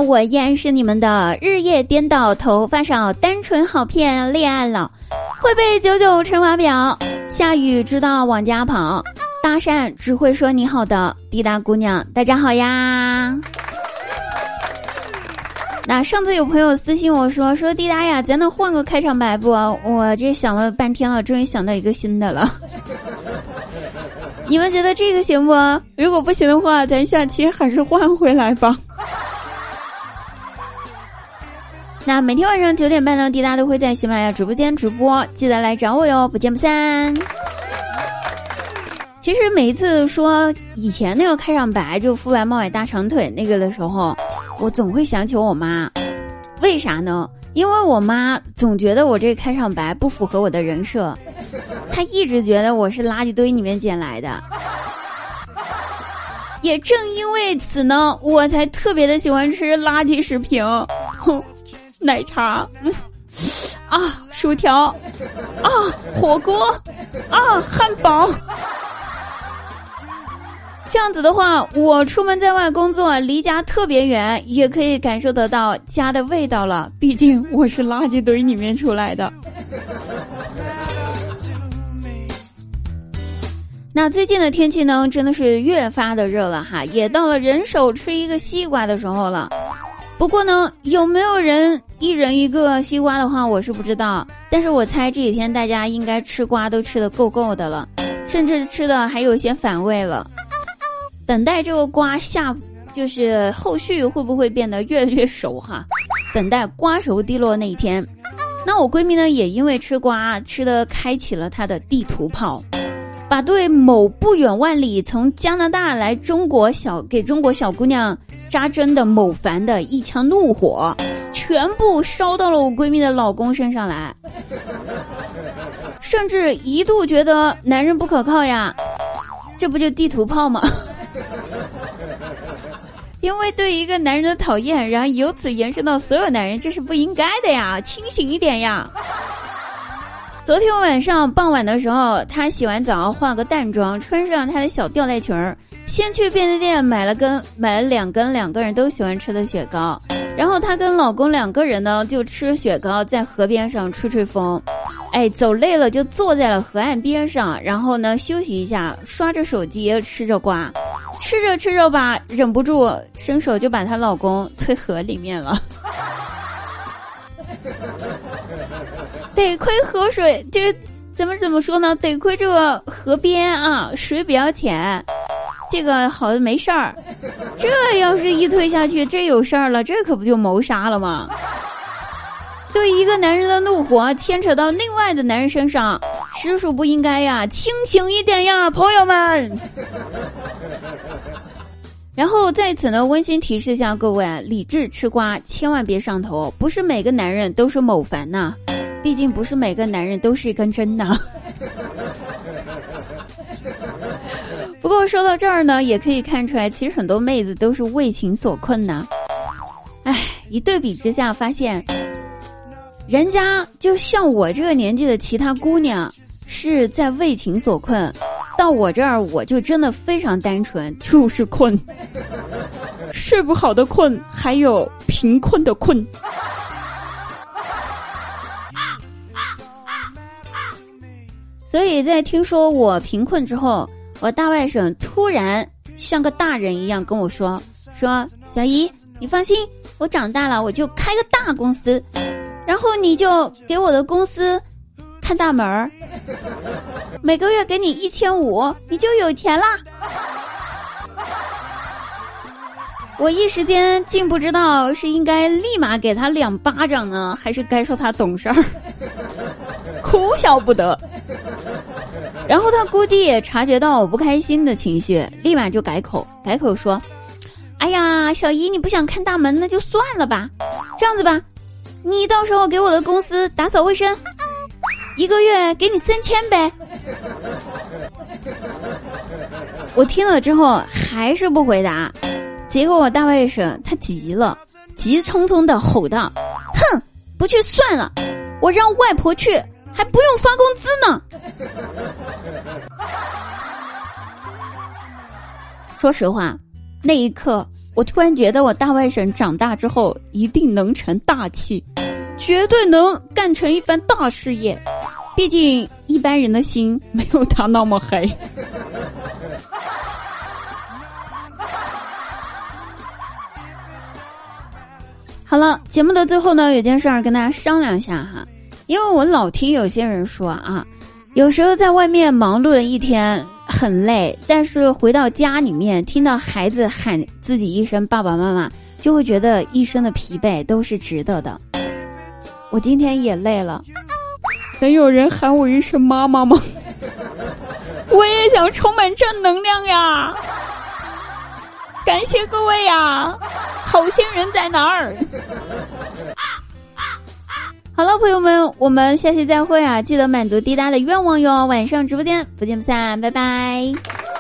我依然是你们的日夜颠倒，头发少，单纯好骗，恋爱脑，会背99乘法表，下雨知道往家跑，搭讪只会说你好的滴答姑娘，大家好呀。那上次有朋友私信我说滴答呀，咱能换个开场白不？我这想了半天了，终于想到一个新的了。你们觉得这个行不？如果不行的话，咱下期还是换回来吧。那每天晚上9点半呢，滴答都会在喜马拉雅直播间直播，记得来找我哟，不见不散。其实每一次说以前那个开场白就肤白貌美大长腿那个的时候，我总会想起我妈。为啥呢？因为我妈总觉得我这个开场白不符合我的人设，她一直觉得我是垃圾堆里面捡来的。也正因为此呢，我才特别的喜欢吃垃圾食品，奶茶，薯条，火锅，汉堡。这样子的话，我出门在外工作，离家特别远，也可以感受得到家的味道了。毕竟我是垃圾堆里面出来的。那最近的天气呢，真的是越发的热了哈，也到了人手吃一个西瓜的时候了。不过呢，有没有人一人一个西瓜的话，我是不知道。但是我猜这几天大家应该吃瓜都吃得够够的了，甚至吃的还有些反胃了。等待这个瓜就是后续会不会变得越来越熟哈？等待瓜熟蒂落那一天。那我闺蜜呢，也因为吃瓜吃的开启了她的地图炮，把对某不远万里从加拿大来给中国小姑娘扎针的某凡的一腔怒火，全部烧到了我闺蜜的老公身上来，甚至一度觉得男人不可靠呀，这不就地图炮吗？因为对一个男人的讨厌，然后由此延伸到所有男人，这是不应该的呀，清醒一点呀。昨天晚上傍晚的时候，她洗完澡化个淡妆，穿上她的小吊带裙儿，先去便利店买了2根两个人都喜欢吃的雪糕，然后她跟老公2个人呢就吃雪糕，在河边上吹吹风。走累了就坐在了河岸边上，然后呢休息一下，刷着手机吃着瓜，吃着吧，忍不住伸手就把她老公推河里面了。得亏河水，这怎么说呢？得亏这个河边啊，水比较浅，这个好的没事儿。这要是一推下去，这有事儿了，这可不就谋杀了吗？对一个男人的怒火牵扯到另外的男人身上，实属不应该呀，清醒一点呀，朋友们。然后在此呢，温馨提示一下各位，理智吃瓜千万别上头，不是每个男人都是某凡呐，毕竟不是每个男人都是一根针呐。不过说到这儿呢，也可以看出来，其实很多妹子都是为情所困呐。一对比之下发现，人家就像我这个年纪的其他姑娘是在为情所困，到我这儿我就真的非常单纯，就是困，睡不好的困，还有贫困的困。所以在听说我贫困之后，我大外甥突然像个大人一样跟我说小姨你放心，我长大了我就开个大公司，然后你就给我的公司看大门，每个月给你1500，你就有钱啦。我一时间竟不知道是应该立马给他2巴掌呢，还是该说他懂事儿，哭笑不得。然后他估计也察觉到我不开心的情绪，立马就改口说，哎呀小姨你不想看大门那就算了吧，这样子吧，你到时候给我的公司打扫卫生，1个月给你3000呗。我听了之后还是不回答，结果我大外甥他急了，急匆匆的吼道，哼，不去算了，我让外婆去还不用发工资呢。说实话，那一刻我突然觉得我大外甥长大之后一定能成大器，绝对能干成一番大事业。毕竟一般人的心没有他那么黑。好了，节目的最后呢，有件事儿跟大家商量一下哈。因为我老听有些人说啊，有时候在外面忙碌了一天很累，但是回到家里面听到孩子喊自己一声爸爸妈妈，就会觉得一身的疲惫都是值得的。我今天也累了，能有人喊我一声妈妈吗？我也想充满正能量呀！感谢各位呀，好心人在哪儿？好了，朋友们，我们下期再会啊！记得满足滴答的愿望哟，晚上直播间不见不散，拜拜。